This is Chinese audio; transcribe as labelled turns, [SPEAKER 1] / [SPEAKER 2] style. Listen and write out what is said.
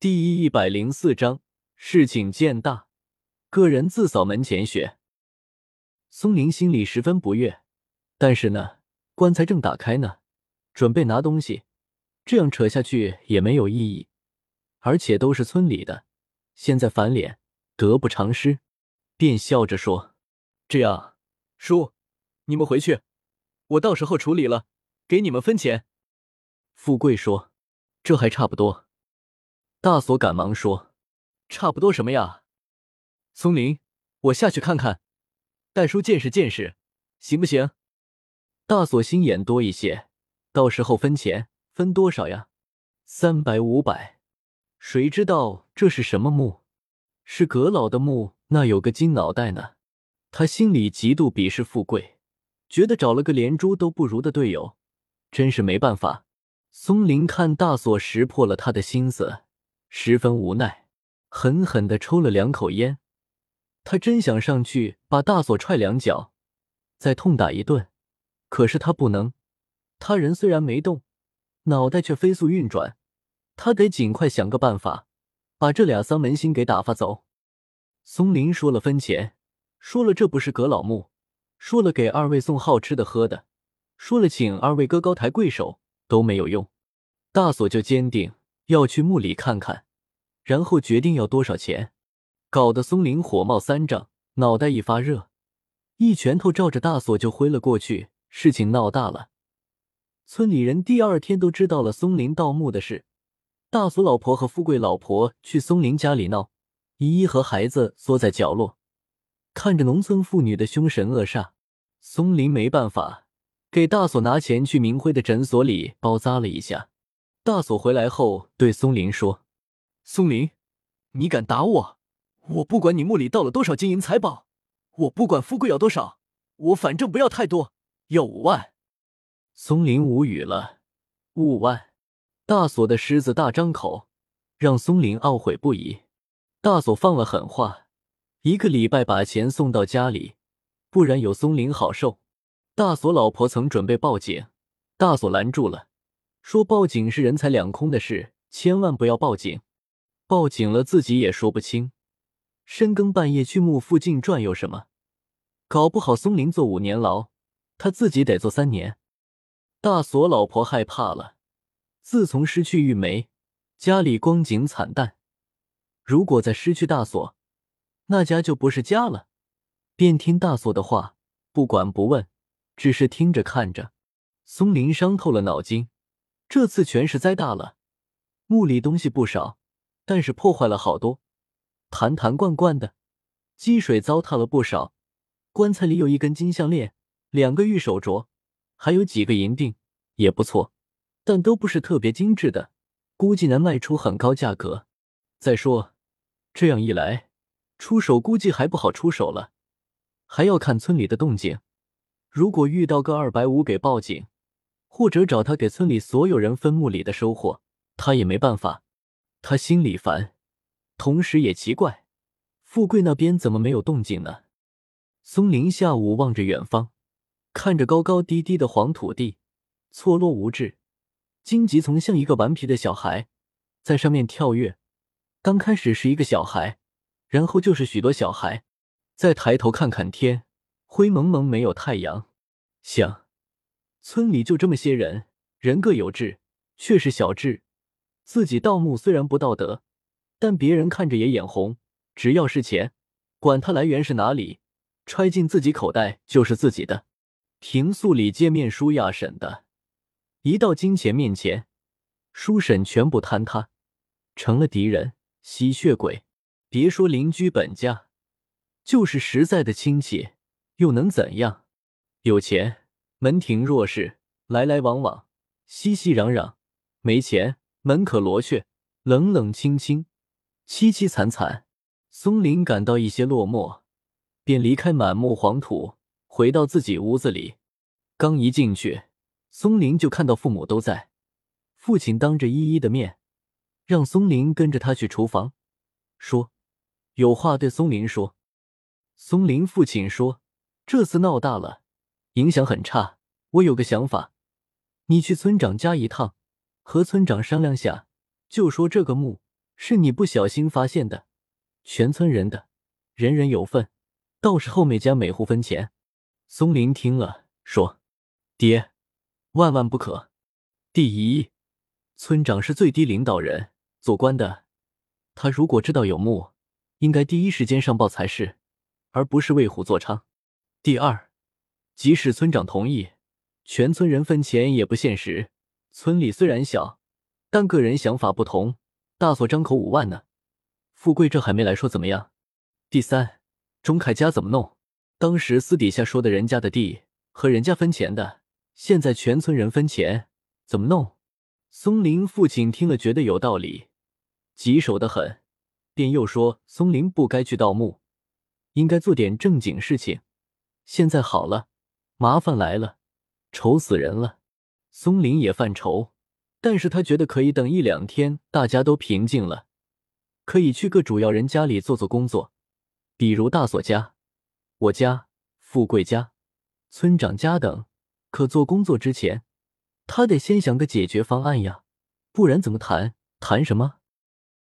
[SPEAKER 1] 第104章，事情渐大，个人自扫门前雪。松林心里十分不悦，但是呢，棺材正打开呢，准备拿东西，这样扯下去也没有意义，而且都是村里的，现在翻脸，得不偿失，便笑着说：“这样，叔，你们回去，我到时候处理了，给你们分钱。”富贵说：“这还差不多。”大锁赶忙说：“差不多什么呀？松林，我下去看看，带叔见识见识，行不行？”大锁心眼多一些，到时候分钱，分多少呀？300、500。谁知道这是什么墓？是阁老的墓，那有个金脑袋呢。他心里极度鄙视富贵，觉得找了个连猪都不如的队友，真是没办法。松林看大锁识破了他的心思，十分无奈，狠狠地抽了2口烟。他真想上去把大锁踹2脚，再痛打一顿，可是他不能。他人虽然没动，脑袋却飞速运转，他得尽快想个办法，把这俩丧门星给打发走。松林说了分钱，说了这不是阁老墓，说了给2位送好吃的喝的，说了请2位哥高抬贵手，都没有用。大锁就坚定要去墓里看看，然后决定要多少钱，搞得松林火冒3丈，脑袋一发热，一拳头照着大锁就挥了过去。事情闹大了，村里人第2天都知道了松林盗墓的事。大锁老婆和富贵老婆去松林家里闹，依依和孩子缩在角落，看着农村妇女的凶神恶煞。松林没办法，给大锁拿钱去明辉的诊所里包扎了一下。大锁回来后对松林说：“松林，你敢打我，我不管你墓里盗了多少金银财宝，我不管富贵要多少，我反正不要太多，要5万。”松林无语了，5万。大锁的狮子大张口，让松林懊悔不已。大锁放了狠话，1个礼拜把钱送到家里，不然有松林好受。大锁老婆曾准备报警，大锁拦住了，说报警是人财两空的事，千万不要报警。报警了自己也说不清，深更半夜去墓附近转悠什么，搞不好松林坐5年牢，他自己得坐3年。大锁老婆害怕了，自从失去玉梅，家里光景惨淡，如果再失去大锁，那家就不是家了。便听大锁的话，不管不问，只是听着看着。松林伤透了脑筋，这次全是灾大了。墓里东西不少，但是破坏了好多，坛坛罐罐的，积水糟蹋了不少。棺材里有1根金项链，2个玉手镯，还有几个银锭，也不错，但都不是特别精致的，估计能卖出很高价格。再说，这样一来，出手估计还不好出手了，还要看村里的动静。如果遇到个250给报警，或者找他给村里所有人分墓里的收获，他也没办法。他心里烦，同时也奇怪，富贵那边怎么没有动静呢？松林下午望着远方，看着高高低低的黄土地，错落无致，荆棘丛像一个顽皮的小孩在上面跳跃。刚开始是一个小孩，然后就是许多小孩。再抬头看看天，灰蒙蒙没有太阳。想，村里就这么些人，人各有志，却是小志。自己盗墓虽然不道德，但别人看着也眼红，只要是钱，管它来源是哪里，揣进自己口袋就是自己的。平素里见面叔亚婶的，一到金钱面前，叔婶全部坍塌，成了敌人，吸血鬼。别说邻居本家，就是实在的亲戚，又能怎样？有钱，门庭若市，来来往往，熙熙攘攘；没钱，门可罗雀，冷冷清清，凄凄惨惨。松林感到一些落寞，便离开满目黄土，回到自己屋子里。刚一进去，松林就看到父母都在。父亲当着依依的面，让松林跟着他去厨房，说有话对松林说。松林父亲说，这次闹大了，影响很差，我有个想法，你去村长家一趟，和村长商量下，就说这个墓是你不小心发现的，全村人的，人人有份，到时候每家每户分钱。松林听了说：爹，万万不可。第一，村长是最低领导人，做官的，他如果知道有墓，应该第一时间上报才是，而不是为虎作伥。第二，即使村长同意，全村人分钱也不现实。村里虽然小，但个人想法不同，大所张口5万呢。富贵这还没来说怎么样。第三，钟凯家怎么弄？当时私底下说的人家的地和人家分钱的，现在全村人分钱，怎么弄？松林父亲听了觉得有道理，棘手得很，便又说松林不该去盗墓，应该做点正经事情。现在好了，麻烦来了，愁死人了。松林也犯愁，但是他觉得可以等1-2天大家都平静了，可以去各主要人家里做做工作，比如大锁家、我家、富贵家、村长家等。可做工作之前，他得先想个解决方案呀，不然怎么谈什么？